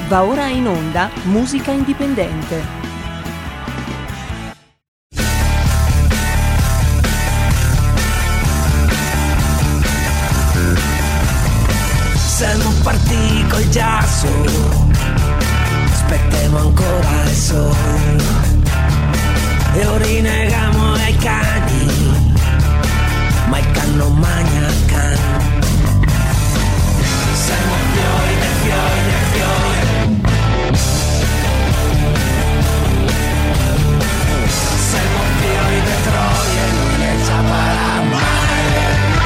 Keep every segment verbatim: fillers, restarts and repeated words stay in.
Va ora in onda Musica Indipendente. Siamo partiti col giasso, aspettiamo ancora il sole e orinegamo ai cani, ma il can non magna il can. Siamo fiori dei fiori dei fiori, siamo fiori dei troie, non ne saprà mai.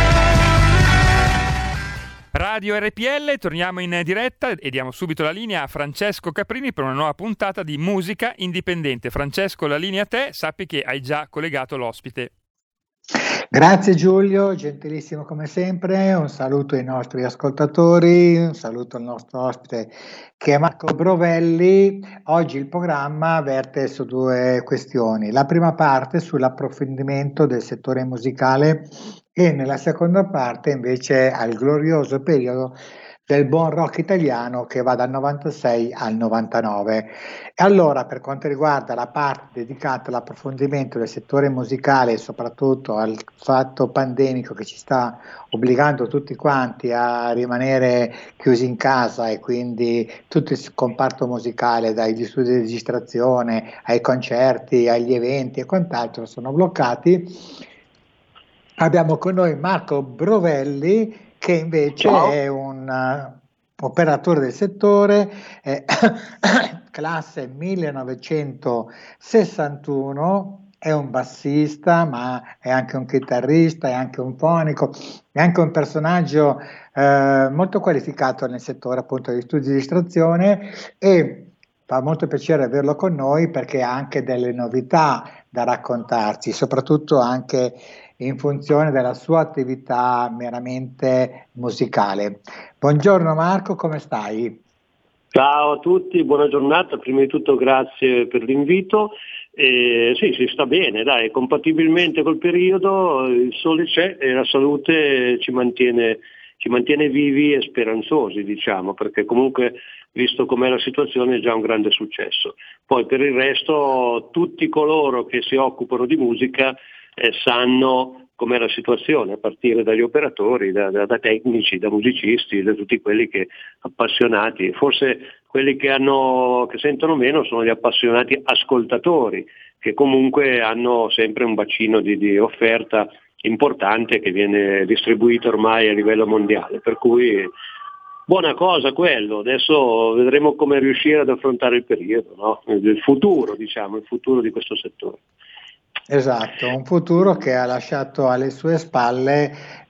Radio R P L, torniamo in diretta e diamo subito la linea a Francesco Caprini per una nuova puntata di Musica Indipendente. Francesco, la linea a te, sappi che hai già collegato l'ospite. Grazie Giulio, gentilissimo come sempre, un saluto ai nostri ascoltatori, un saluto al nostro ospite che è Marco Brovelli. Oggi il programma verte su due questioni, la prima parte sull'approfondimento del settore musicale e nella seconda parte invece al glorioso periodo del buon rock italiano che va dal novantasei al novantanove. E allora, per quanto riguarda la parte dedicata all'approfondimento del settore musicale e soprattutto al fatto pandemico che ci sta obbligando tutti quanti a rimanere chiusi in casa e quindi tutto il comparto musicale, dagli studi di registrazione ai concerti, agli eventi e quant'altro sono bloccati, abbiamo con noi Marco Brovelli, che invece Ciao. È un uh, operatore del settore, eh, classe millenovecentosessantuno, è un bassista, ma è anche un chitarrista, è anche un fonico, è anche un personaggio eh, molto qualificato nel settore appunto di studi di registrazione e fa molto piacere averlo con noi perché ha anche delle novità da raccontarci, soprattutto anche in funzione della sua attività meramente musicale. Buongiorno Marco, come stai? Ciao a tutti, buona giornata, prima di tutto grazie per l'invito. Eh, sì, si sta bene, dai, compatibilmente col periodo, il sole c'è e la salute ci mantiene, ci mantiene vivi e speranzosi, diciamo, perché comunque, visto com'è la situazione, è già un grande successo. Poi per il resto, tutti coloro che si occupano di musica Eh, sanno com'è la situazione, a partire dagli operatori, da, da, da tecnici, da musicisti, da tutti quelli che appassionati. Forse quelli che hanno che sentono meno sono gli appassionati ascoltatori, che comunque hanno sempre un bacino di, di offerta importante che viene distribuito ormai a livello mondiale, per cui buona cosa quello. Adesso vedremo come riuscire ad affrontare il periodo, no? Il futuro, diciamo, il futuro di questo settore. Esatto, un futuro che ha lasciato alle sue spalle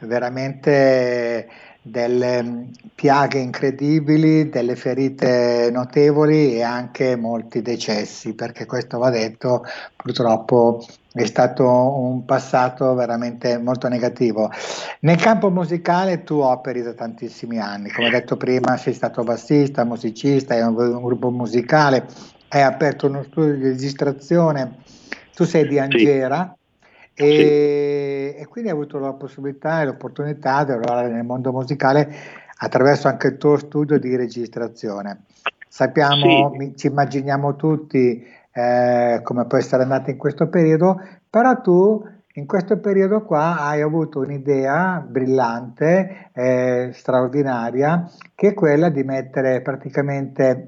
veramente delle piaghe incredibili, delle ferite notevoli e anche molti decessi, perché questo va detto, purtroppo è stato un passato veramente molto negativo. Nel campo musicale tu operi da tantissimi anni, come detto prima sei stato bassista, musicista, hai un, un gruppo musicale, hai aperto uno studio di registrazione. Tu sei di Angera sì. e, sì. e quindi hai avuto la possibilità e l'opportunità di lavorare nel mondo musicale attraverso anche il tuo studio di registrazione. Sappiamo, sì. mi, ci immaginiamo tutti eh, come può essere andato in questo periodo, però tu in questo periodo qua hai avuto un'idea brillante, eh, straordinaria, che è quella di mettere praticamente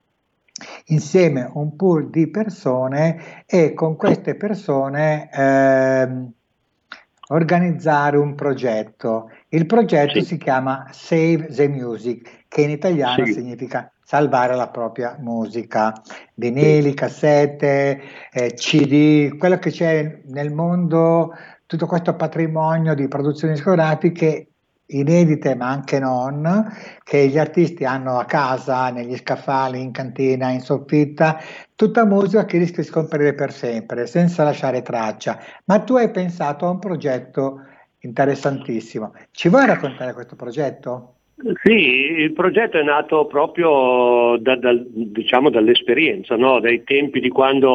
insieme un pool di persone e con queste persone ehm, organizzare un progetto. Il progetto sì. si chiama Save the Music, che in italiano sì. significa salvare la propria musica, vinili, cassette, eh, C D, quello che c'è nel mondo, tutto questo patrimonio di produzioni discografiche inedite ma anche non, che gli artisti hanno a casa, negli scaffali, in cantina, in soffitta, tutta musica che rischia di scomparire per sempre, senza lasciare traccia. Ma tu hai pensato a un progetto interessantissimo. Ci vuoi raccontare questo progetto? Sì, il progetto è nato proprio da, da, diciamo dall'esperienza, no? Dai tempi di quando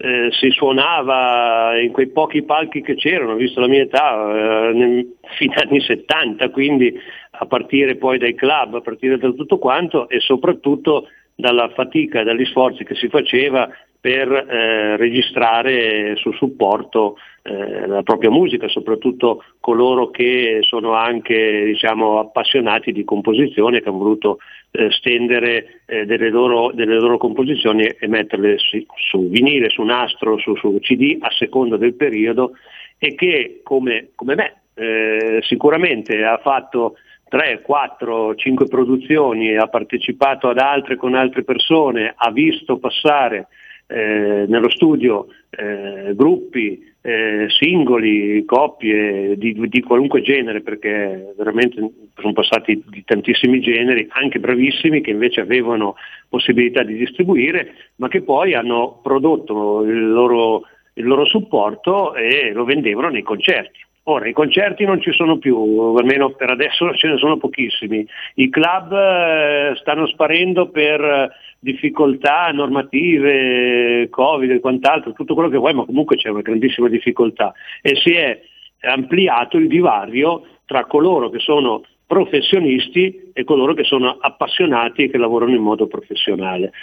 eh, si suonava in quei pochi palchi che c'erano, visto la mia età, eh, nei fine anni settanta, quindi a partire poi dai club, a partire da tutto quanto, e soprattutto dalla fatica e dagli sforzi che si faceva per eh, registrare su supporto eh, la propria musica, soprattutto coloro che sono anche, diciamo, appassionati di composizione, che hanno voluto eh, stendere eh, delle, loro, delle loro composizioni e metterle su, su vinile, su nastro, su, su C D a seconda del periodo, e che come, come me eh, sicuramente ha fatto tre, quattro, cinque produzioni, ha partecipato ad altre con altre persone, ha visto passare eh, nello studio eh, gruppi, eh, singoli, coppie di, di qualunque genere, perché veramente sono passati di tantissimi generi, anche bravissimi, che invece avevano possibilità di distribuire, ma che poi hanno prodotto il loro, il loro supporto e lo vendevano nei concerti. Ora, i concerti non ci sono più, almeno per adesso ce ne sono pochissimi. I club eh, stanno sparendo per difficoltà normative, Covid e quant'altro, tutto quello che vuoi, ma comunque c'è una grandissima difficoltà e si è ampliato il divario tra coloro che sono professionisti e coloro che sono appassionati e che lavorano in modo professionale.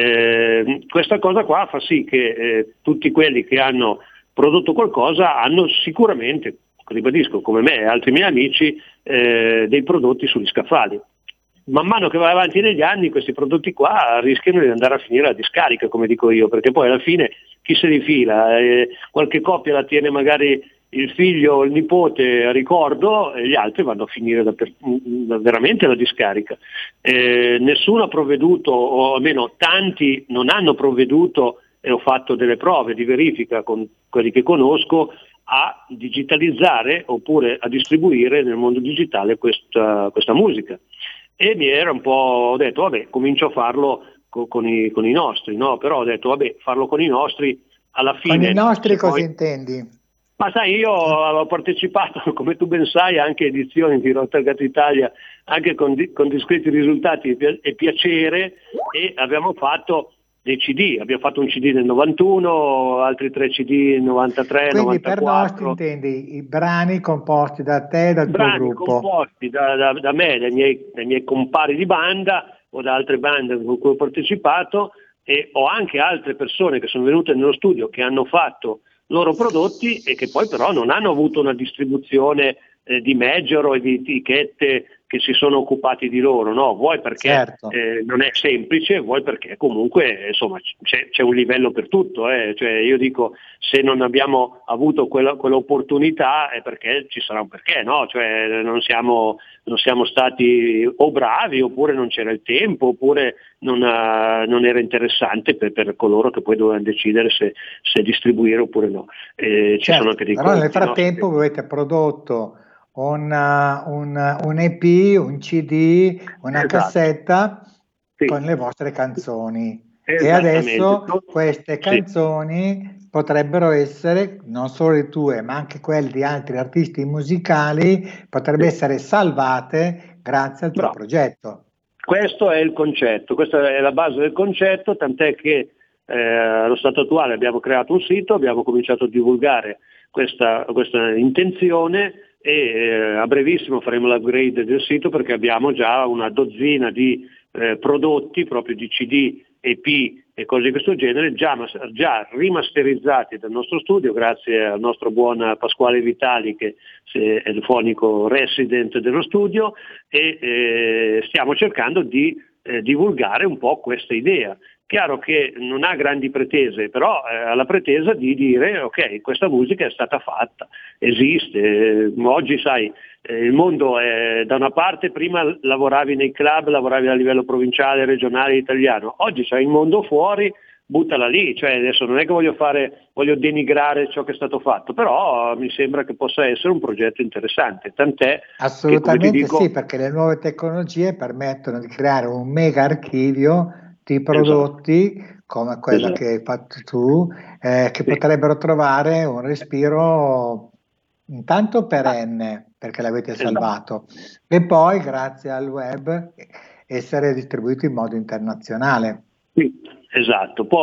Eh, questa cosa qua fa sì che eh, tutti quelli che hanno prodotto qualcosa hanno sicuramente, ribadisco, come me e altri miei amici, eh, dei prodotti sugli scaffali. Man mano che va avanti negli anni questi prodotti qua rischiano di andare a finire a discarica, come dico io, perché poi alla fine chi se li fila? Eh, qualche coppia la tiene magari il figlio o il nipote a ricordo e gli altri vanno a finire da per, da veramente alla discarica. Eh, nessuno ha provveduto, o almeno tanti non hanno provveduto, e ho fatto delle prove di verifica con quelli che conosco, a digitalizzare oppure a distribuire nel mondo digitale questa, questa musica. E mi era un po', ho detto vabbè, comincio a farlo co- con, i, con i nostri, no? Però ho detto vabbè, farlo con i nostri alla fine. Con i nostri cosa poi... intendi? Ma sai, io ho partecipato, come tu ben sai, anche a edizioni di Rotterdam Italia, anche con, di, con discreti risultati e piacere, e abbiamo fatto dei C D, abbiamo fatto un C D nel novantuno, altri tre C D nel novantatré, quindi novantaquattro. Per nostri intendi i brani composti da te e dal brani tuo gruppo? composti da, da, da me, dai miei, dai miei compari di banda o da altre bande con cui ho partecipato, e ho anche altre persone che sono venute nello studio che hanno fatto loro prodotti e che poi però non hanno avuto una distribuzione eh, di major o di etichette che si sono occupati di loro, no? Vuoi perché Certo. eh, non è semplice, vuoi perché comunque insomma c'è, c'è un livello per tutto, eh? Cioè io dico, se non abbiamo avuto quella, quell'opportunità è perché ci sarà un perché, no? Cioè non siamo, non siamo stati o bravi, oppure non c'era il tempo, oppure non, uh, non era interessante per, per coloro che poi dovevano decidere se, se distribuire oppure no. Eh, ci certo, sono anche dei però conti, nel frattempo no? voi avete prodotto un, un, un E P, un C D, una Esatto. cassetta Sì. con le vostre canzoni, e Esattamente. adesso queste canzoni sì. potrebbero essere non solo le tue ma anche quelle di altri artisti musicali, potrebbero sì. essere salvate grazie al tuo Bravo. progetto. Questo è il concetto, questa è la base del concetto, tant'è che eh, allo stato attuale abbiamo creato un sito, abbiamo cominciato a divulgare questa, questa intenzione e eh, a brevissimo faremo l'upgrade del sito, perché abbiamo già una dozzina di eh, prodotti proprio di C D, E P e cose di questo genere già, già rimasterizzati dal nostro studio grazie al nostro buon Pasquale Vitali, che è il fonico resident dello studio, e eh, stiamo cercando di eh, divulgare un po' questa idea. Chiaro che non ha grandi pretese, però eh, ha la pretesa di dire ok, questa musica è stata fatta, esiste. Eh, oggi sai, eh, il mondo è, da una parte prima lavoravi nei club, lavoravi a livello provinciale, regionale, italiano, oggi c'è il mondo fuori, buttala lì, cioè adesso non è che voglio fare, voglio denigrare ciò che è stato fatto, però mi sembra che possa essere un progetto interessante, tant'è assolutamente che, come ti dico, sì, perché le nuove tecnologie permettono di creare un mega archivio di prodotti, esatto, come quello esatto. che hai fatto tu, eh, che sì. potrebbero trovare un respiro intanto perenne, perché l'avete esatto. salvato, e poi grazie al web essere distribuito in modo internazionale. Sì, esatto. Poi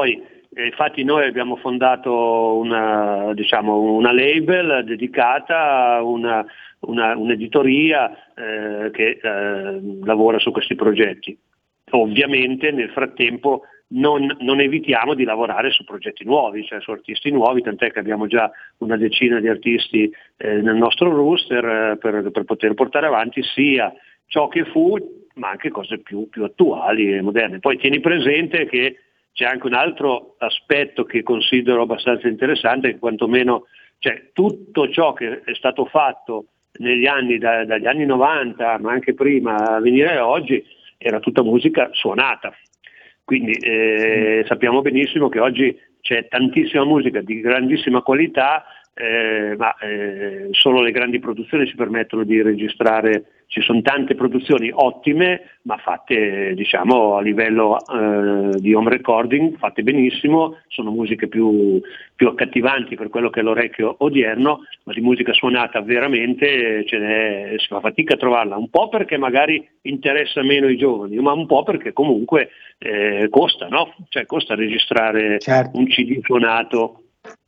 E infatti noi abbiamo fondato una, diciamo, una label dedicata, una, una, un'editoria eh, che eh, lavora su questi progetti. Ovviamente nel frattempo non, non evitiamo di lavorare su progetti nuovi, cioè su artisti nuovi, tant'è che abbiamo già una decina di artisti eh, nel nostro roster eh, per, per poter portare avanti sia ciò che fu, ma anche cose più, più attuali e moderne. Poi tieni presente che c'è anche un altro aspetto che considero abbastanza interessante, che quantomeno, cioè, tutto ciò che è stato fatto negli anni, da, dagli anni novanta, ma anche prima a venire oggi, era tutta musica suonata. Quindi eh, sappiamo benissimo che oggi c'è tantissima musica di grandissima qualità, eh, ma eh, solo le grandi produzioni ci permettono di registrare. Ci sono tante produzioni ottime, ma fatte, diciamo, a livello eh, di home recording, fatte benissimo, sono musiche più, più accattivanti per quello che è l'orecchio odierno, ma di musica suonata veramente ce n'è, si fa fatica a trovarla, un po' perché magari interessa meno i giovani, ma un po' perché comunque eh, costa, no? Cioè costa registrare certo. un C D suonato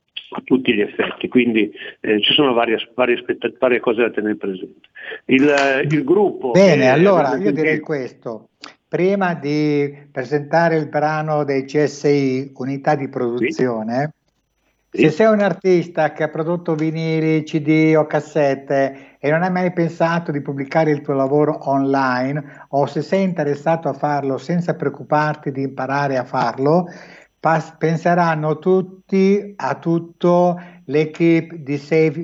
a tutti gli effetti, quindi eh, ci sono varie, varie, aspetta- varie cose da tenere presente. Il, il gruppo... Bene, allora io direi questo. Prima di presentare il brano dei C S I, Unità di Produzione, sì. se sei un artista che ha prodotto vinili, C D o cassette e non hai mai pensato di pubblicare il tuo lavoro online, o se sei interessato a farlo senza preoccuparti di imparare a farlo, Pas- penseranno tutti a tutto l'equipe di Save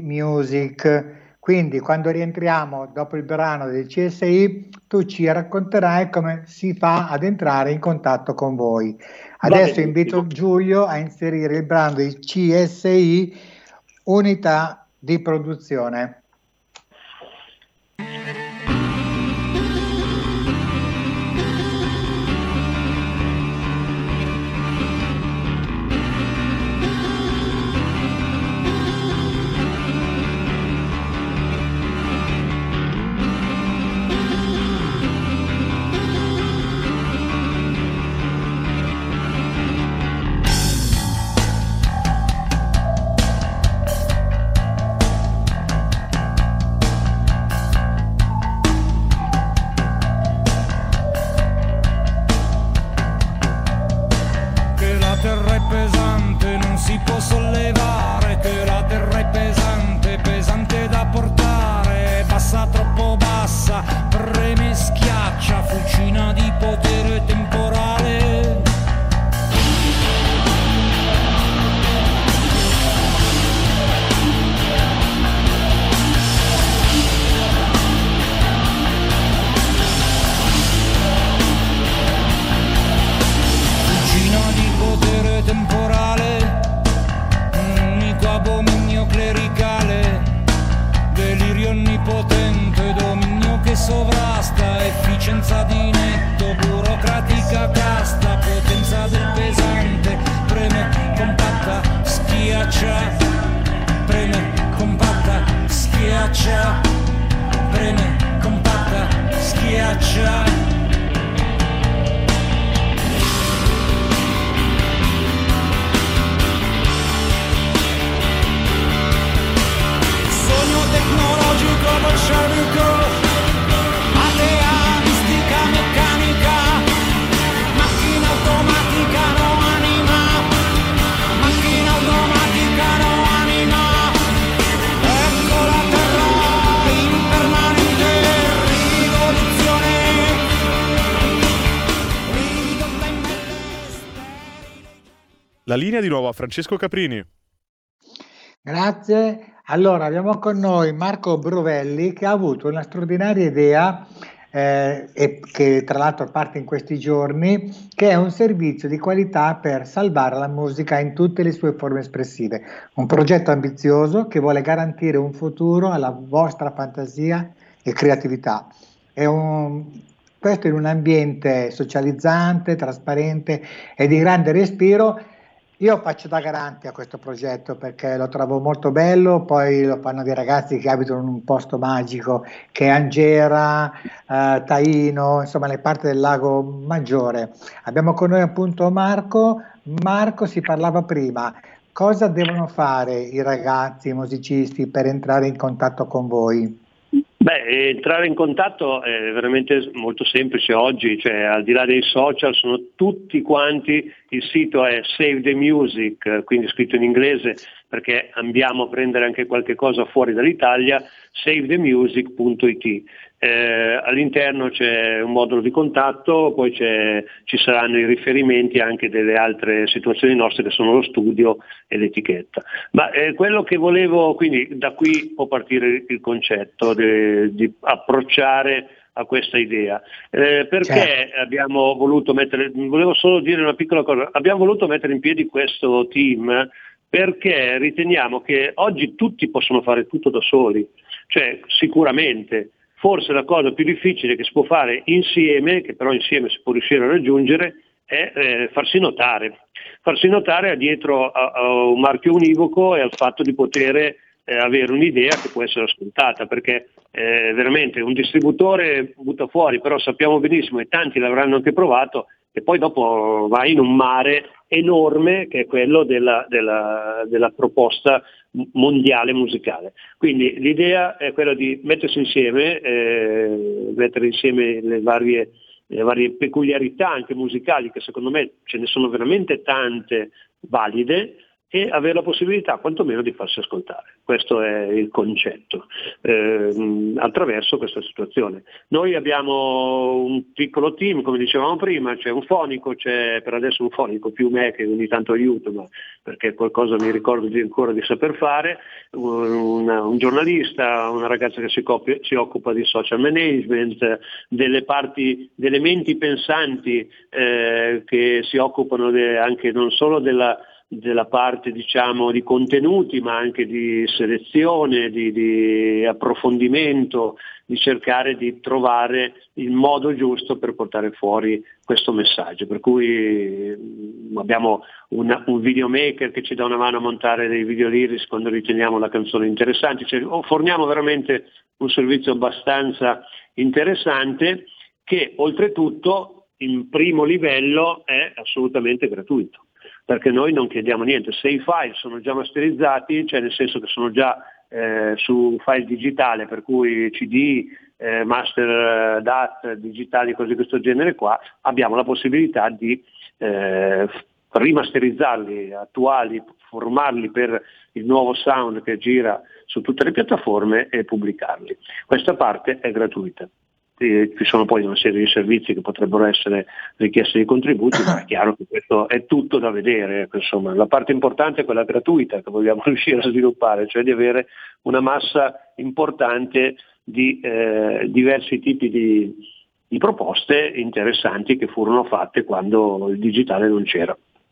Music. Quindi quando rientriamo dopo il brano del C S I tu ci racconterai come si fa ad entrare in contatto con voi. Adesso invito Giulio a inserire il brano del C S I, Unità di Produzione. La linea di nuovo a Francesco Caprini. Grazie. Allora abbiamo con noi Marco Brovelli, che ha avuto una straordinaria idea eh, e che tra l'altro parte in questi giorni, che è un servizio di qualità per salvare la musica in tutte le sue forme espressive. Un progetto ambizioso che vuole garantire un futuro alla vostra fantasia e creatività. È un, questo in un ambiente socializzante, trasparente e di grande respiro. Io faccio da garante a questo progetto perché lo trovo molto bello, poi lo fanno dei ragazzi che abitano in un posto magico che è Angera, eh, Taino, insomma le parti del lago Maggiore. Abbiamo con noi appunto Marco. Marco, si parlava prima, cosa devono fare i ragazzi, i musicisti per entrare in contatto con voi? Beh, entrare in contatto è veramente molto semplice oggi, cioè al di là dei social sono tutti quanti, il sito è Save the Music, quindi scritto in inglese perché andiamo a prendere anche qualche cosa fuori dall'Italia, save the music punto it. Eh, all'interno c'è un modulo di contatto, poi c'è, ci saranno i riferimenti anche delle altre situazioni nostre che sono lo studio e l'etichetta. Ma eh, quello che volevo, quindi da qui può partire il concetto de, di approcciare a questa idea. Eh, perché certo. abbiamo voluto mettere, volevo solo dire una piccola cosa, abbiamo voluto mettere in piedi questo team perché riteniamo che oggi tutti possono fare tutto da soli, cioè sicuramente. Forse la cosa più difficile che si può fare insieme, che però insieme si può riuscire a raggiungere, è eh, farsi notare. Farsi notare dietro a, a un marchio univoco e al fatto di poter eh, avere un'idea che può essere ascoltata, perché eh, veramente un distributore butta fuori, però sappiamo benissimo, e tanti l'avranno anche provato, e poi dopo vai in un mare enorme che è quello della, della, della proposta mondiale musicale. Quindi l'idea è quella di mettersi insieme, eh, mettere insieme le varie, le varie peculiarità anche musicali, che secondo me ce ne sono veramente tante valide, e avere la possibilità quantomeno di farsi ascoltare. Questo è il concetto, eh, attraverso questa situazione. Noi abbiamo un piccolo team, come dicevamo prima, c'è un fonico, c'è per adesso un fonico più me che ogni tanto aiuto, ma perché qualcosa mi ricordo di, ancora di saper fare, una, un giornalista, una ragazza che si, copia, si occupa di social management, delle parti, delle menti pensanti eh, che si occupano de, anche non solo della della parte diciamo di contenuti, ma anche di selezione, di, di approfondimento, di cercare di trovare il modo giusto per portare fuori questo messaggio. Per cui abbiamo una, un videomaker che ci dà una mano a montare dei video lyrics quando riteniamo la canzone interessante, cioè, forniamo veramente un servizio abbastanza interessante che oltretutto in primo livello è assolutamente gratuito, perché noi non chiediamo niente. Se i file sono già masterizzati, cioè nel senso che sono già eh, su file digitale, per cui C D, eh, master D A T, digitali, cose di questo genere qua, abbiamo la possibilità di eh, rimasterizzarli, attuali, formarli per il nuovo sound che gira su tutte le piattaforme e pubblicarli. Questa parte è gratuita. Ci sono poi una serie di servizi che potrebbero essere richiesti di contributi, ma è chiaro che questo è tutto da vedere. Insomma, la parte importante è quella gratuita che vogliamo riuscire a sviluppare, cioè di avere una massa importante di eh, diversi tipi di, di proposte interessanti che furono fatte quando il digitale non c'era.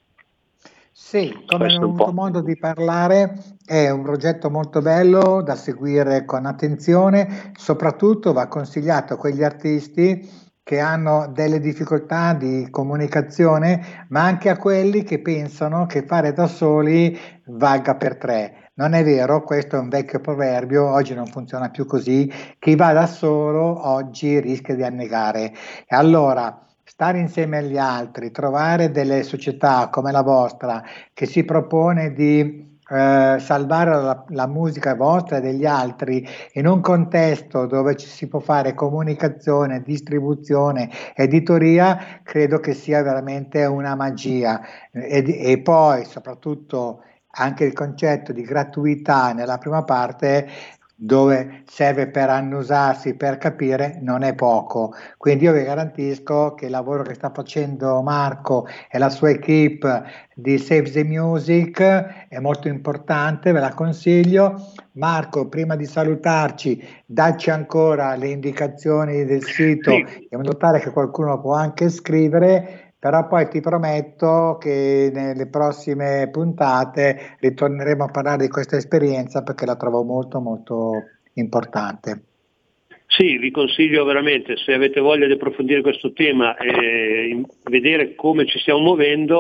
Sì, come abbiamo avuto modo di parlare, è un progetto molto bello da seguire con attenzione, soprattutto va consigliato a quegli artisti che hanno delle difficoltà di comunicazione, ma anche a quelli che pensano che fare da soli valga per tre. Non è vero, questo è un vecchio proverbio, oggi non funziona più così, chi va da solo oggi rischia di annegare. E allora, stare insieme agli altri, trovare delle società come la vostra che si propone di eh, salvare la, la musica vostra e degli altri in un contesto dove ci si può fare comunicazione, distribuzione, editoria, credo che sia veramente una magia. E, e poi soprattutto anche il concetto di gratuità nella prima parte, dove serve per annusarsi, per capire, non è poco. Quindi io vi garantisco che il lavoro che sta facendo Marco e la sua equipe di Save the Music è molto importante, ve la consiglio. Marco, prima di salutarci, dacci ancora le indicazioni del sito, sì, in modo tale che qualcuno può anche scrivere. Però poi ti prometto che nelle prossime puntate ritorneremo a parlare di questa esperienza perché la trovo molto molto importante. Sì, vi consiglio veramente, se avete voglia di approfondire questo tema e vedere come ci stiamo muovendo,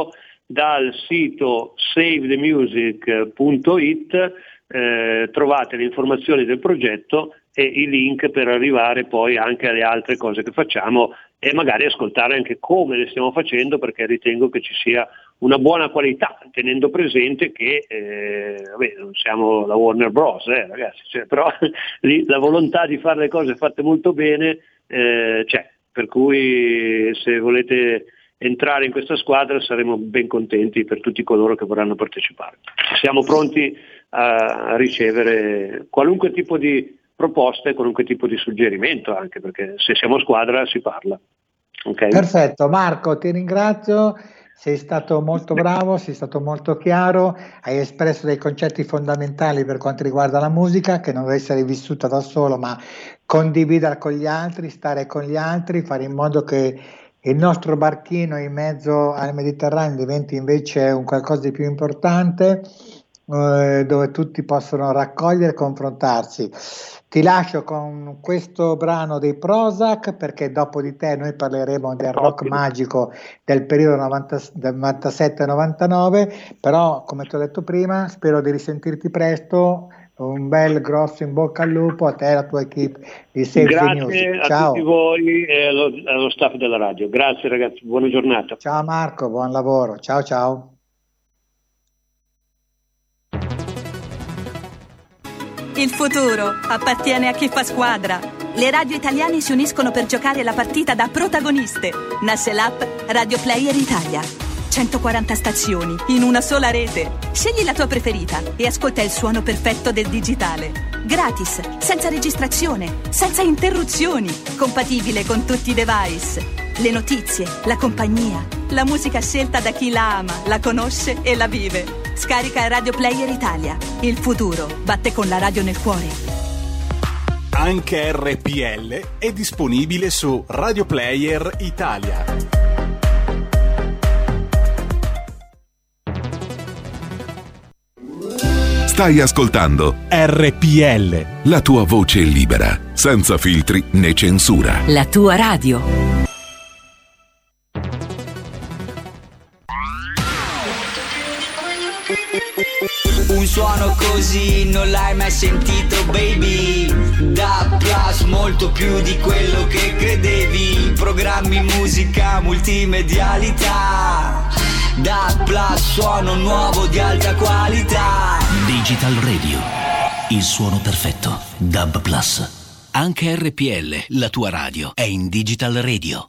dal sito save the music punto it eh, trovate le informazioni del progetto e i link per arrivare poi anche alle altre cose che facciamo e magari ascoltare anche come le stiamo facendo, perché ritengo che ci sia una buona qualità, tenendo presente che eh, vabbè, non siamo la Warner Bros, eh, ragazzi, cioè, però lì la volontà di fare le cose fatte molto bene eh, c'è, per cui se volete entrare in questa squadra saremo ben contenti per tutti coloro che vorranno partecipare. Siamo pronti a ricevere qualunque tipo di proposte, qualunque tipo di suggerimento, anche perché se siamo squadra si parla. Okay? Perfetto, Marco, ti ringrazio, sei stato molto bravo, sei stato molto chiaro, hai espresso dei concetti fondamentali per quanto riguarda la musica, che non deve essere vissuta da solo, ma condividere con gli altri, stare con gli altri, fare in modo che il nostro barchino in mezzo al Mediterraneo diventi invece un qualcosa di più importante, eh, dove tutti possono raccogliere e confrontarsi. Ti lascio con questo brano dei Prozac, perché dopo di te noi parleremo del rock magico del periodo novanta, del novantasette novantanove, però come ti ho detto prima spero di risentirti presto. Un bel grosso in bocca al lupo a te e alla tua equipe di Save the Music. Grazie a Ciao. tutti voi e allo, allo staff della radio. Grazie ragazzi, buona giornata. Ciao Marco, buon lavoro. Ciao ciao. Il futuro appartiene a chi fa squadra. Le radio italiane si uniscono per giocare la partita da protagoniste. Nasce l'app Radio Player Italia. centoquaranta stazioni in una sola rete. Scegli la tua preferita e ascolta il suono perfetto del digitale. Gratis, senza registrazione, senza interruzioni. Compatibile con tutti i device. Le notizie, la compagnia, la musica scelta da chi la ama, la conosce e la vive. Scarica Radio Player Italia. Il futuro batte con la radio nel cuore. Anche R P L è disponibile su Radio Player Italia. Stai ascoltando R P L, la tua voce libera, senza filtri né censura. La tua radio. Un suono così non l'hai mai sentito, baby. Da Plus, molto più di quello che credevi. Programmi, musica, multimedialità. Da Plus, suono nuovo di alta qualità. Digital Radio, il suono perfetto. Dub Plus. Anche R P L, la tua radio, è in Digital Radio.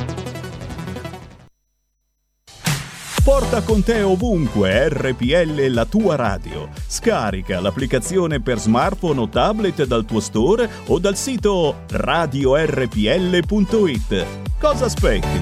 Porta con te ovunque R P L, la tua radio. Scarica l'applicazione per smartphone o tablet dal tuo store o dal sito radio r p l punto it. Cosa aspetti?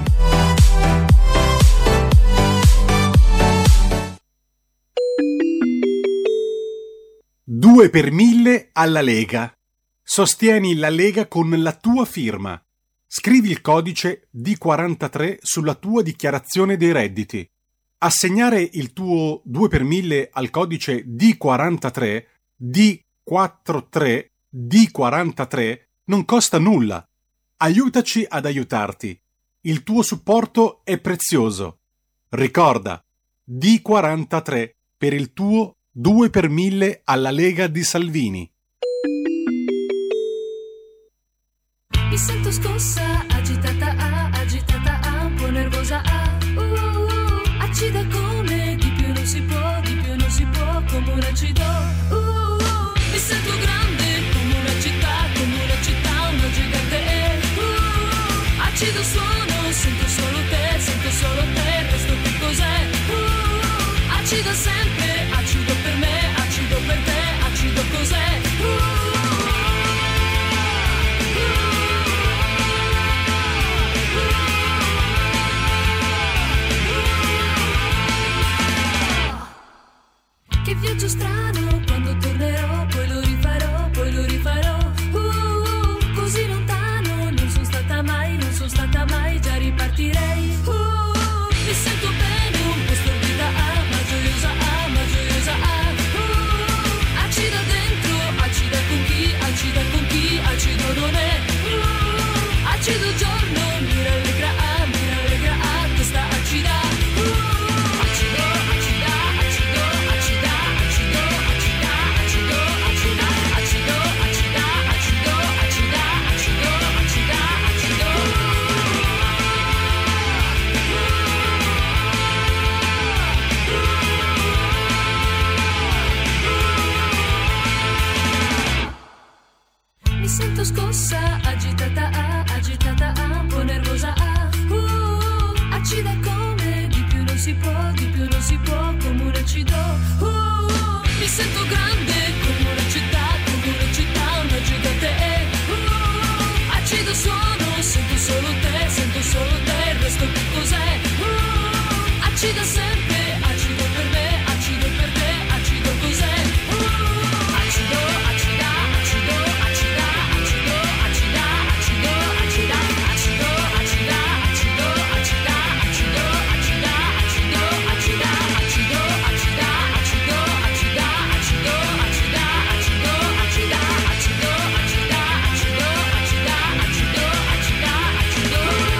due per mille alla Lega. Sostieni la Lega con la tua firma. Scrivi il codice D quarantatré sulla tua dichiarazione dei redditi. Assegnare il tuo due per mille al codice D quarantatré, D quarantatré, D quarantatré non costa nulla. Aiutaci ad aiutarti. Il tuo supporto è prezioso. Ricorda, D quarantatré per il tuo due per mille alla Lega di Salvini. Mi sento scossa, agitata, ah, agitata, ah, un po' nervosa, ah, uh, uh, uh, acida come, di più non si può, di più non si può, come un acido, uh, uh, uh, mi sento grande, come una città, come una città, una gigante, uh, uh, uh, acido suono, sento solo te, sento solo te, questo che cos'è, uh, uh, acido sempre, acido per me, acido per te, acido cos'è, uh, uh, che viaggio strano, quando tornerò, poi lo rifarò, poi lo rifarò. Uh, uh, così lontano, non sono stata mai, non sono stata mai, già ripartirei. Uh, uh, mi sento bene, un po' stordita, ah, ma gioiosa, ah, ma gioiosa, ah. Uh, acida dentro, acida con chi, acida con chi, acido non è. Uh, acido giorno, mi rallegra, ah, mi rallegra, ah, questa acida. Uh, acida. acido sempre, acido per me, acido per te, acido cos'è? Uh, acido, acida, acido, acida, acido, acida, acido, acida, acido, acida, acido, acida, acido, acida, acido, acida, acido, acida, acido, acida, acido, acida, acido, acida, acido, acida, acido, acida, acido, acida, acido.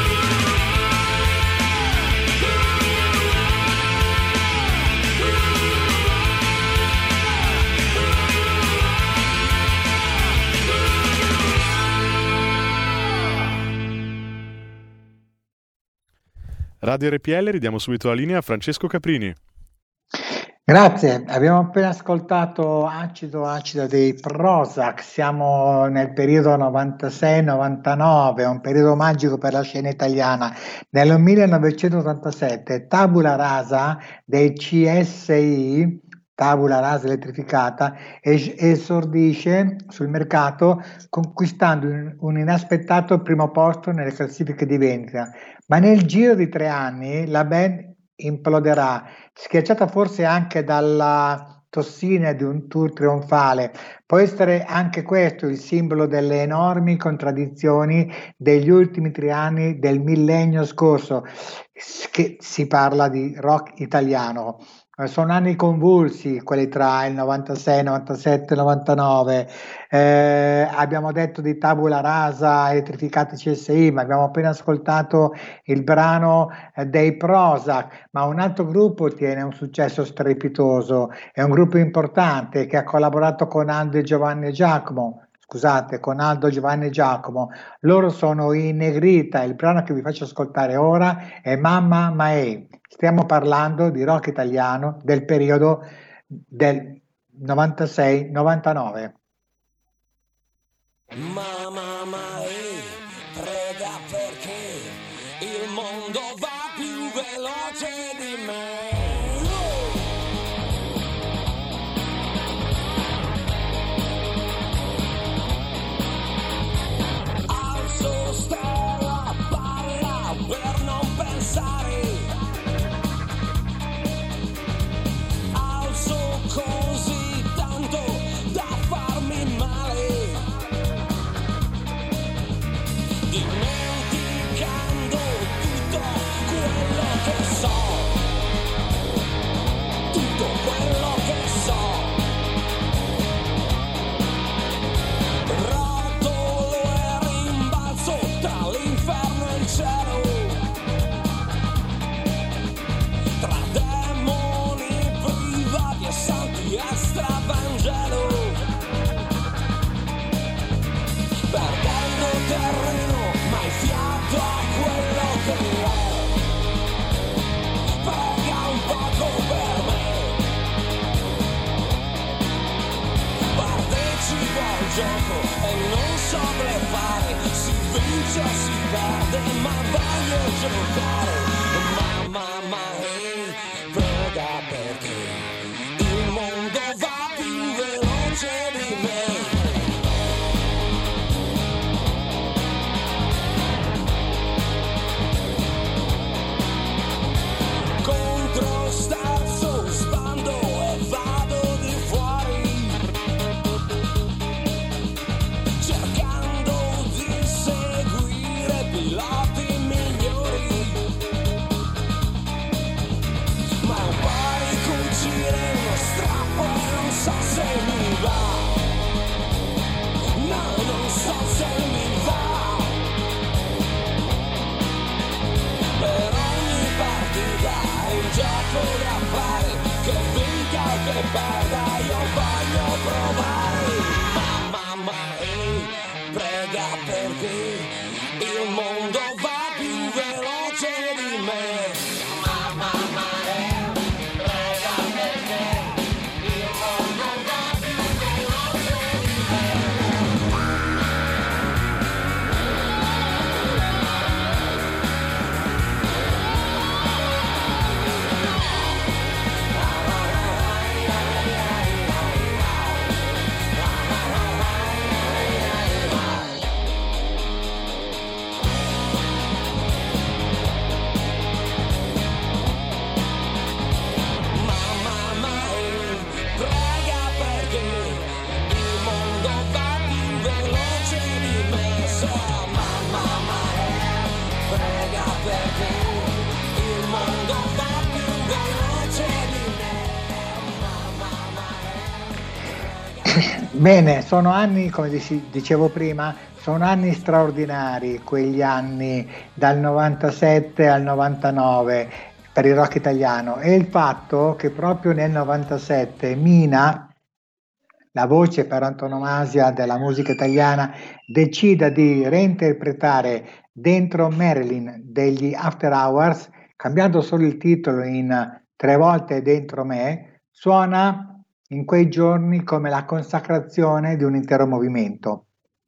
Radio R P L, ridiamo subito la linea a Francesco Caprini. Grazie, abbiamo appena ascoltato Acido Acido dei Prozac, siamo nel periodo novantasei novantanove, un periodo magico per la scena italiana. Nel millenovecentottantasette Tabula Rasa dei C S I, Tabula Rasa elettrificata, es- esordisce sul mercato conquistando un, un inaspettato primo posto nelle classifiche di vendita, ma nel giro di tre anni la band imploderà, schiacciata forse anche dalla tossina di un tour trionfale. Può essere anche questo il simbolo delle enormi contraddizioni degli ultimi tre anni del millennio scorso, che si parla di rock italiano. Sono anni convulsi quelli tra il novantasei, novantasette, novantanove. Eh, abbiamo detto di Tabula Rasa, elettrificati C S I, ma abbiamo appena ascoltato il brano eh, dei Prozac, ma un altro gruppo ottiene un successo strepitoso, è un gruppo importante che ha collaborato con Aldo e Giovanni e Giacomo. Scusate, con Aldo, Giovanni e Giacomo. Loro sono i Negrita, il brano che vi faccio ascoltare ora è Mamma Mae. Stiamo parlando di rock italiano del periodo del novantasei novantanove. Mamma Mae, prega perché il mondo va più veloce di me. Alzo stella, parla per non pensare. Alzo così tanto da farmi male, dimenticando tutto quello che so, tutto quello che so. Rotolo e rimbalzo tra l'inferno e il cielo, tra demoni privati e santi extravangelo, perdendo terreno mai fiato a quello che è. Prega un poco per me, partecipo al gioco e non so bleffare, si vince o si perde ma voglio giocare. Mamma Mae, prega perché il mondo va più veloce di me. Contro sterzo spando e vado di fuori, cercando di seguire piloti migliori, ma un po' di cucire uno strappo e non so se mi va, no, non so se mi va. Per ogni partita è un gioco da fare, che vinca o che perda io voglio provare. Mamma Mae, prega perché il mondo va più veloce di me. Mamma Mae, prega perché il mondo va più veloce di me. perché il mondo va più veloce di me. Bene, sono anni, come dici- dicevo prima, sono anni straordinari, quegli anni dal novantasette al novantanove per il rock italiano, e il fatto che proprio nel novantasette Mina, la voce per antonomasia della musica italiana, decida di reinterpretare Dentro Marilyn degli After Hours, cambiando solo il titolo in Tre volte Dentro me, suona in quei giorni come la consacrazione di un intero movimento.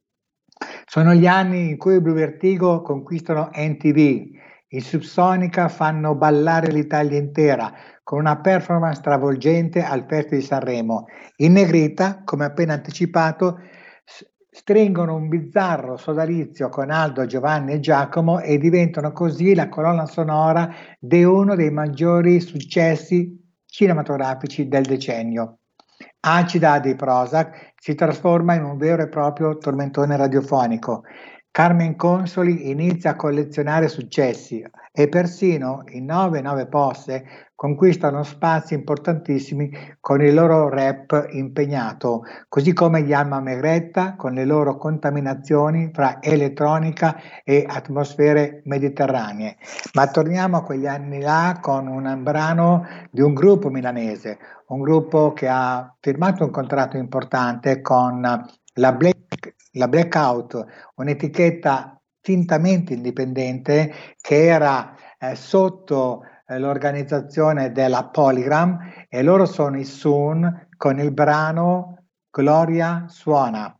Sono gli anni in cui i Blue Vertigo conquistano M T V, i Subsonica fanno ballare l'Italia intera con una performance travolgente al Festival di Sanremo. In negrita, come appena anticipato, stringono un bizzarro sodalizio con Aldo, Giovanni e Giacomo e diventano così la colonna sonora di uno dei maggiori successi cinematografici del decennio. Acida di Prozac si trasforma in un vero e proprio tormentone radiofonico. Carmen Consoli inizia a collezionare successi e persino i nove nove Posse conquistano spazi importantissimi con il loro rap impegnato, così come gli Alma Megretta con le loro contaminazioni fra elettronica e atmosfere mediterranee. Ma torniamo a quegli anni là con un brano di un gruppo milanese, un gruppo che ha firmato un contratto importante con la Black, la Blackout, un'etichetta fintamente indipendente che era eh, sotto eh, l'organizzazione della Polygram, e loro sono i Soon con il brano Gloria Suona.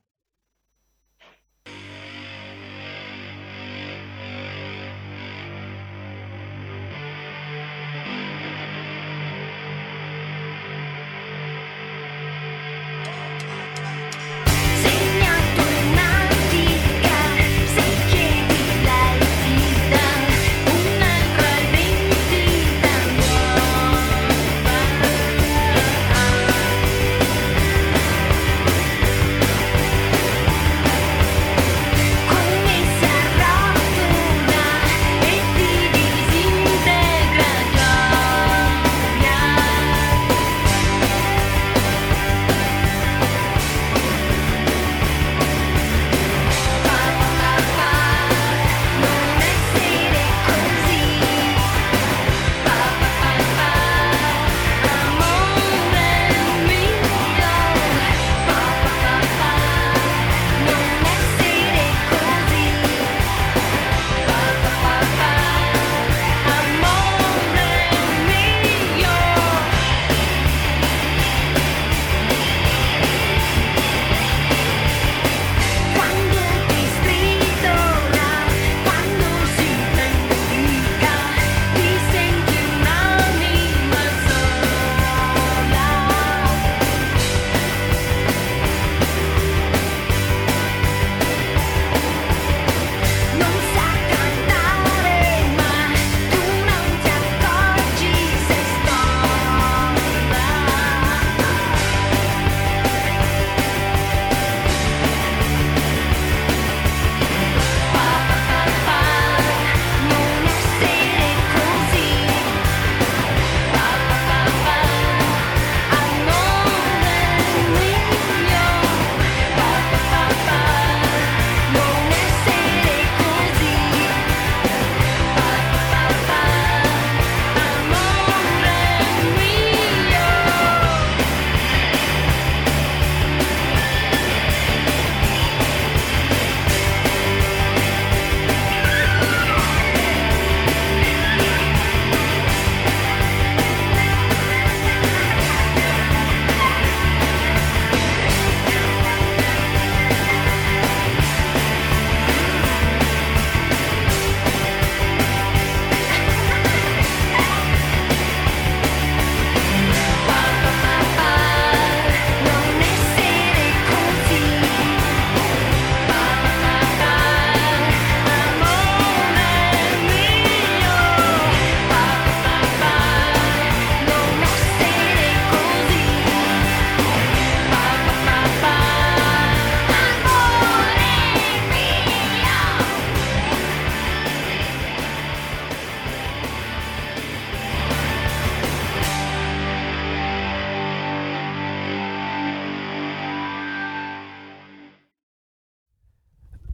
Un'altra identità.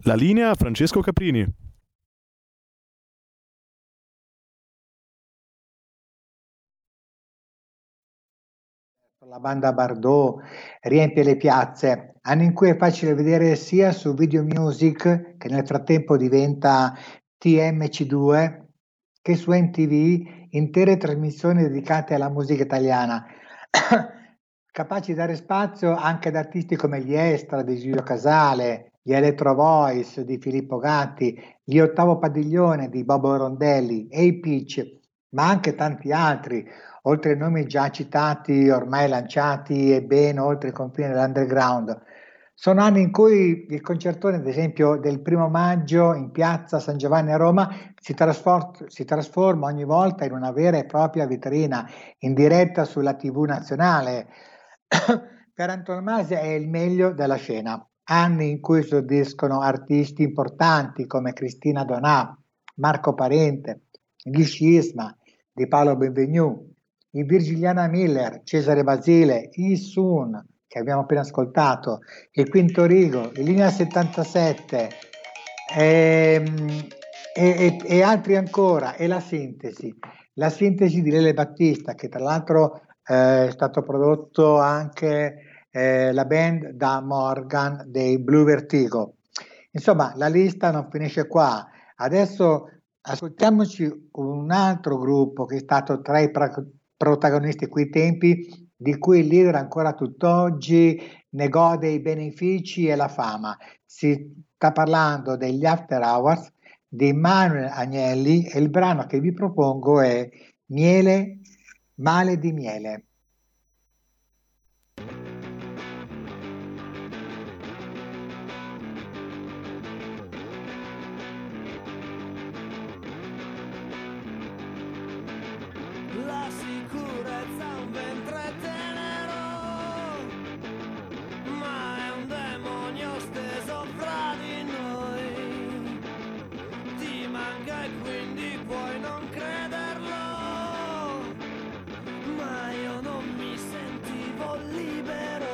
La linea a Francesco Caprini. La banda Bardot riempie le piazze, anni in cui è facile vedere sia su Video Music, che nel frattempo diventa T M C due, che su M T V intere trasmissioni dedicate alla musica italiana, capaci di dare spazio anche ad artisti come gli Estra di Giulio Casale, gli Electro Voice di Filippo Gatti, gli Ottavo Padiglione di Bobo Rondelli e i Peach, ma anche tanti altri, oltre ai nomi già citati, ormai lanciati e ben oltre i confini dell'underground. Sono anni in cui il concertone, ad esempio, del primo maggio in piazza San Giovanni a Roma si, trasfor- si trasforma ogni volta in una vera e propria vetrina in diretta sulla tivù nazionale. Per antonomasia è il meglio della scena. Anni in cui esordiscono artisti importanti come Cristina Donà, Marco Parente, Ghi Scisma, Di Paolo Benvenu, i Virgiliana Miller, Cesare Basile, i Sun, che abbiamo appena ascoltato, il Quinto Rigo, il Linea settantasette e, e, e altri ancora, e la sintesi, la sintesi di Lele Battista, che tra l'altro eh, è stato prodotto anche eh, la band da Morgan dei Blue Vertigo. Insomma, la lista non finisce qua. Adesso ascoltiamoci un altro gruppo che è stato tra i pra- protagonisti a quei tempi, di cui il leader ancora tutt'oggi ne gode i benefici e la fama. Si sta parlando degli After Hours di Manuel Agnelli e il brano che vi propongo è Miele, male di miele. La sicurezza è un ventre tenero, ma è un demonio steso fra di noi. Ti manca e quindi puoi non crederlo, ma io non mi sentivo libero.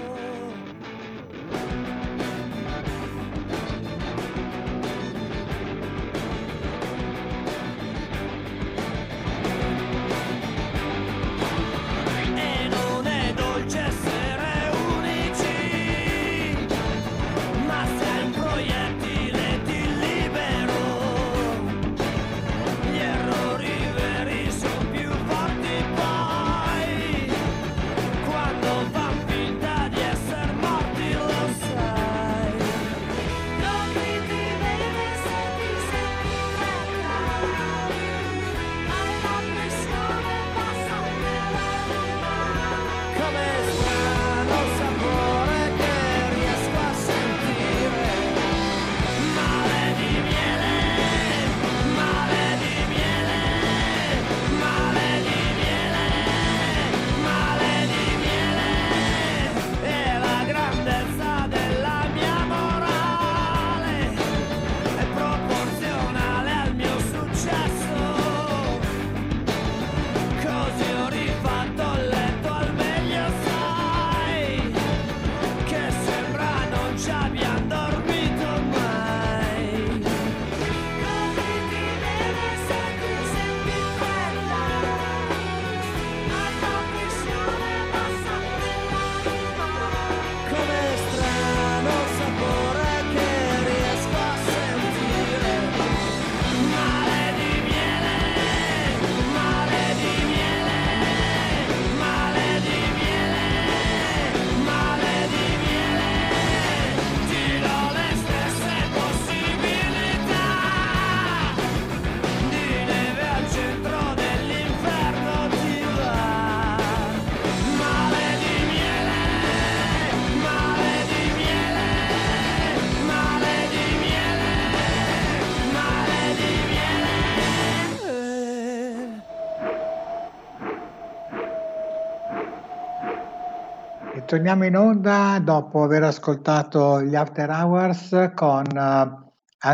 Torniamo in onda dopo aver ascoltato gli After Hours con uh,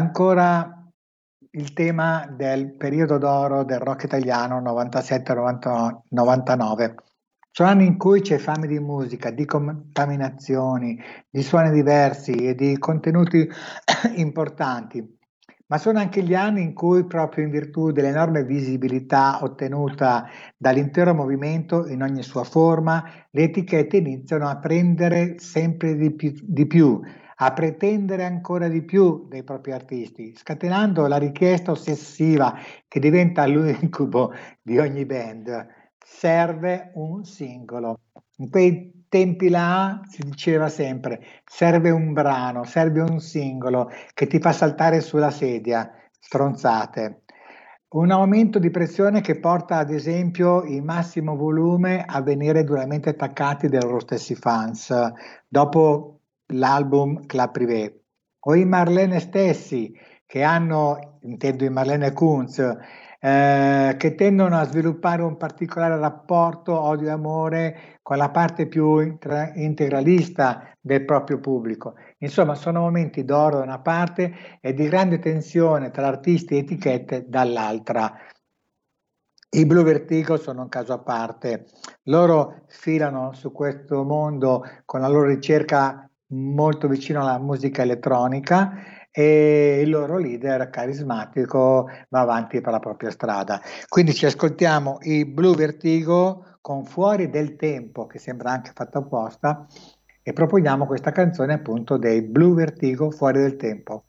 ancora il tema del periodo d'oro del rock italiano novantasette novantanove. Sono anni in cui c'è fame di musica, di contaminazioni, di suoni diversi e di contenuti importanti, ma sono anche gli anni in cui, proprio in virtù dell'enorme visibilità ottenuta dall'intero movimento in ogni sua forma, le etichette iniziano a prendere sempre di più, di più, a pretendere ancora di più dei propri artisti, scatenando la richiesta ossessiva che diventa l'incubo di ogni band. Serve un singolo. In quei tempi là si diceva sempre: serve un brano, serve un singolo che ti fa saltare sulla sedia. Stronzate. Un aumento di pressione che porta ad esempio il massimo volume a venire duramente attaccati dai loro stessi fans dopo l'album Club Privé, o i Marlene stessi che hanno, intendo i Marlene Kunz, eh, che tendono a sviluppare un particolare rapporto odio e amore con la parte più intra- integralista del proprio pubblico. Insomma, sono momenti d'oro da una parte e di grande tensione tra artisti e etichette dall'altra. I Blue Vertigo sono un caso a parte. Loro sfilano su questo mondo con la loro ricerca molto vicino alla musica elettronica e il loro leader carismatico va avanti per la propria strada. Quindi ci ascoltiamo i Blue Vertigo con Fuori del Tempo, che sembra anche fatto apposta, e proponiamo questa canzone appunto dei Blue Vertigo, Fuori del Tempo.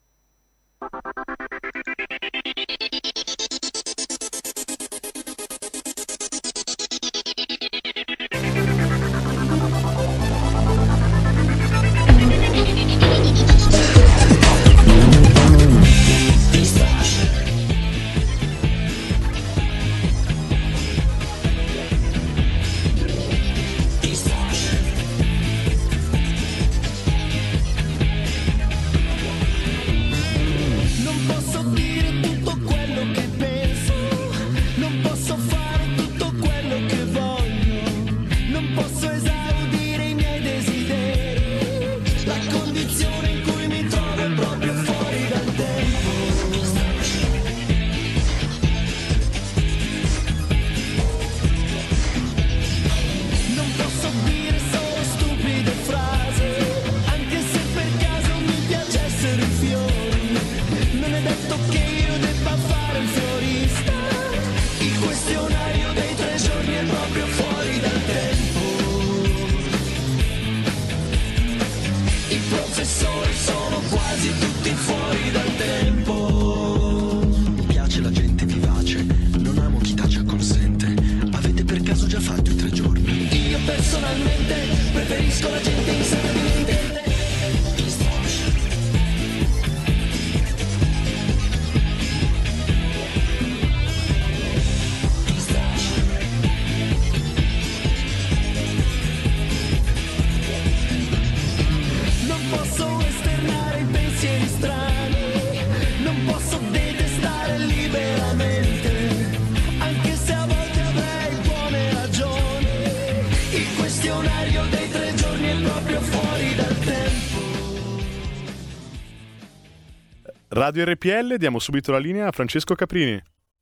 Radio R P L, diamo subito la linea a Francesco Caprini.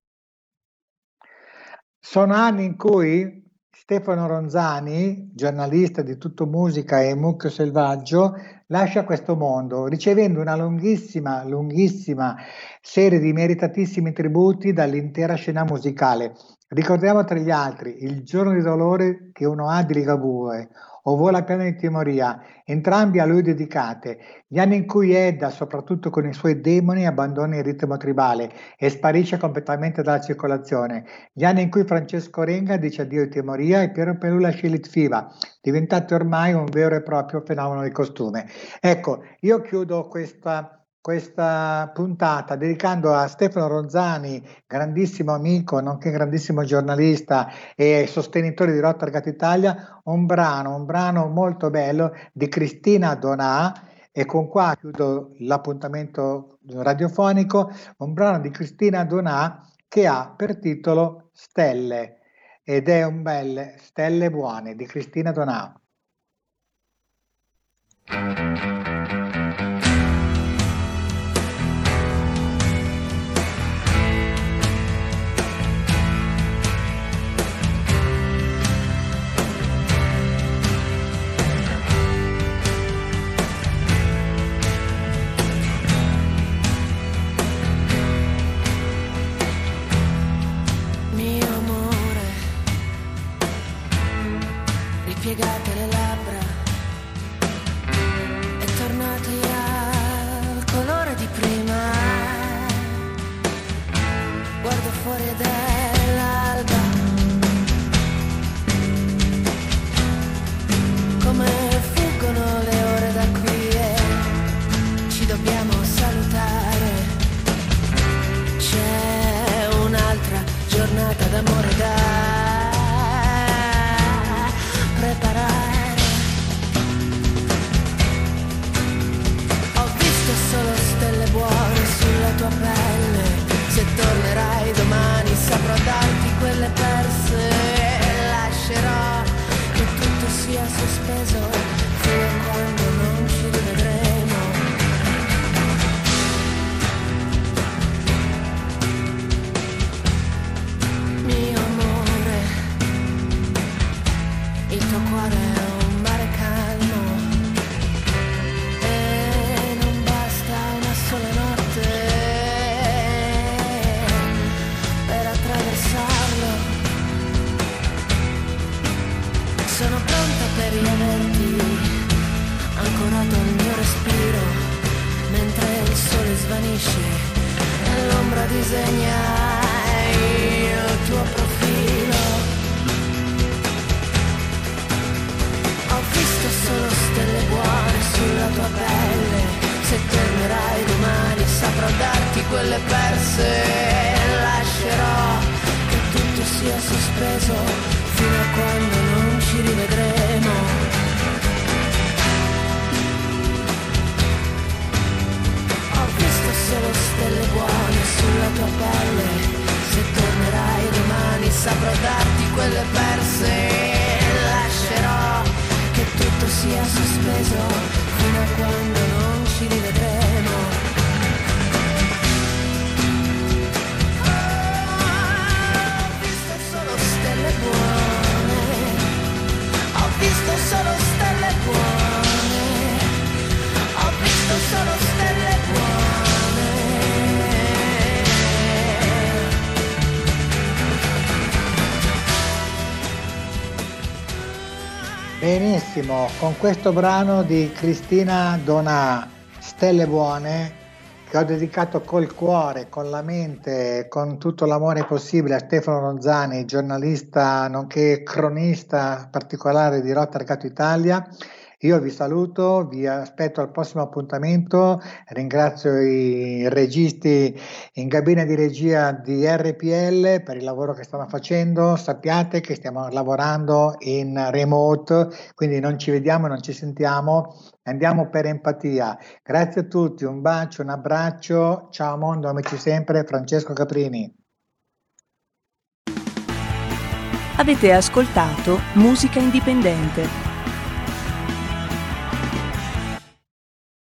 Sono anni in cui Stefano Ronzani, giornalista di Tutto Musica e Mucchio Selvaggio, lascia questo mondo, ricevendo una lunghissima, lunghissima serie di meritatissimi tributi dall'intera scena musicale. Ricordiamo tra gli altri Il giorno di dolore che uno ha di Ligabue, o Vola piano di Timoria, entrambi a lui dedicate, gli anni in cui Edda, soprattutto con i suoi demoni, abbandona il ritmo tribale e sparisce completamente dalla circolazione, gli anni in cui Francesco Renga dice addio a Timoria e Piero Pelù lascia il Litfiba, diventate ormai un vero e proprio fenomeno di costume. Ecco, io chiudo questa questa puntata dedicando a Stefano Ronzani, grandissimo amico, nonché grandissimo giornalista e sostenitore di Rotterdam Italia, un brano, un brano molto bello di Cristina Donà, e con qua chiudo l'appuntamento radiofonico, un brano di Cristina Donà che ha per titolo Stelle, ed è un bel Stelle buone di Cristina Donà. Mio amore, ripiegate le labbra e tornati al colore di prima. Guardo fuori ed è l'alba, come fuggono le ore da qui e ci dobbiamo salutare. C'è un'altra giornata d'amore da preparare. Ho visto solo stelle buone sulla tua pelle. Se tornerai domani saprò darti quelle perse. Lascerò che tutto sia sospeso fino a quando non ci rivedremo. Mio amore, il tuo cuore è un mare calmo e non basta una sola notte per attraversarlo. Sono pronta per riaverti ancorato al mio respiro, mentre il sole svanisce e l'ombra disegna il tuo profilo. Ho visto solo stelle buone sulla tua pelle. Se tornerai domani saprò darti quelle perse. Lascerò che tutto sia sospeso fino a quando non ci rivedremo. Ho visto solo stelle buone sulla tua pelle. Se tornerai domani saprò darti quelle perse. Lascerò che tutto sia sospeso fino a quando non ci rivedremo. Ho visto solo stelle buone. Ho visto solo stelle buone. Ho visto solo stelle buone. Benissimo, con questo brano di Cristina Donà, Stelle Buone, che ho dedicato col cuore, con la mente, con tutto l'amore possibile a Stefano Ronzani, giornalista nonché cronista particolare di Rotta Mercato Italia. Io vi saluto, vi aspetto al prossimo appuntamento, ringrazio i registi in cabina di regia di R P L per il lavoro che stanno facendo. Sappiate che stiamo lavorando in remote, quindi non ci vediamo e non ci sentiamo, andiamo per empatia. Grazie a tutti, un bacio, un abbraccio, ciao mondo, amici sempre, Francesco Caprini. Avete ascoltato Musica Indipendente.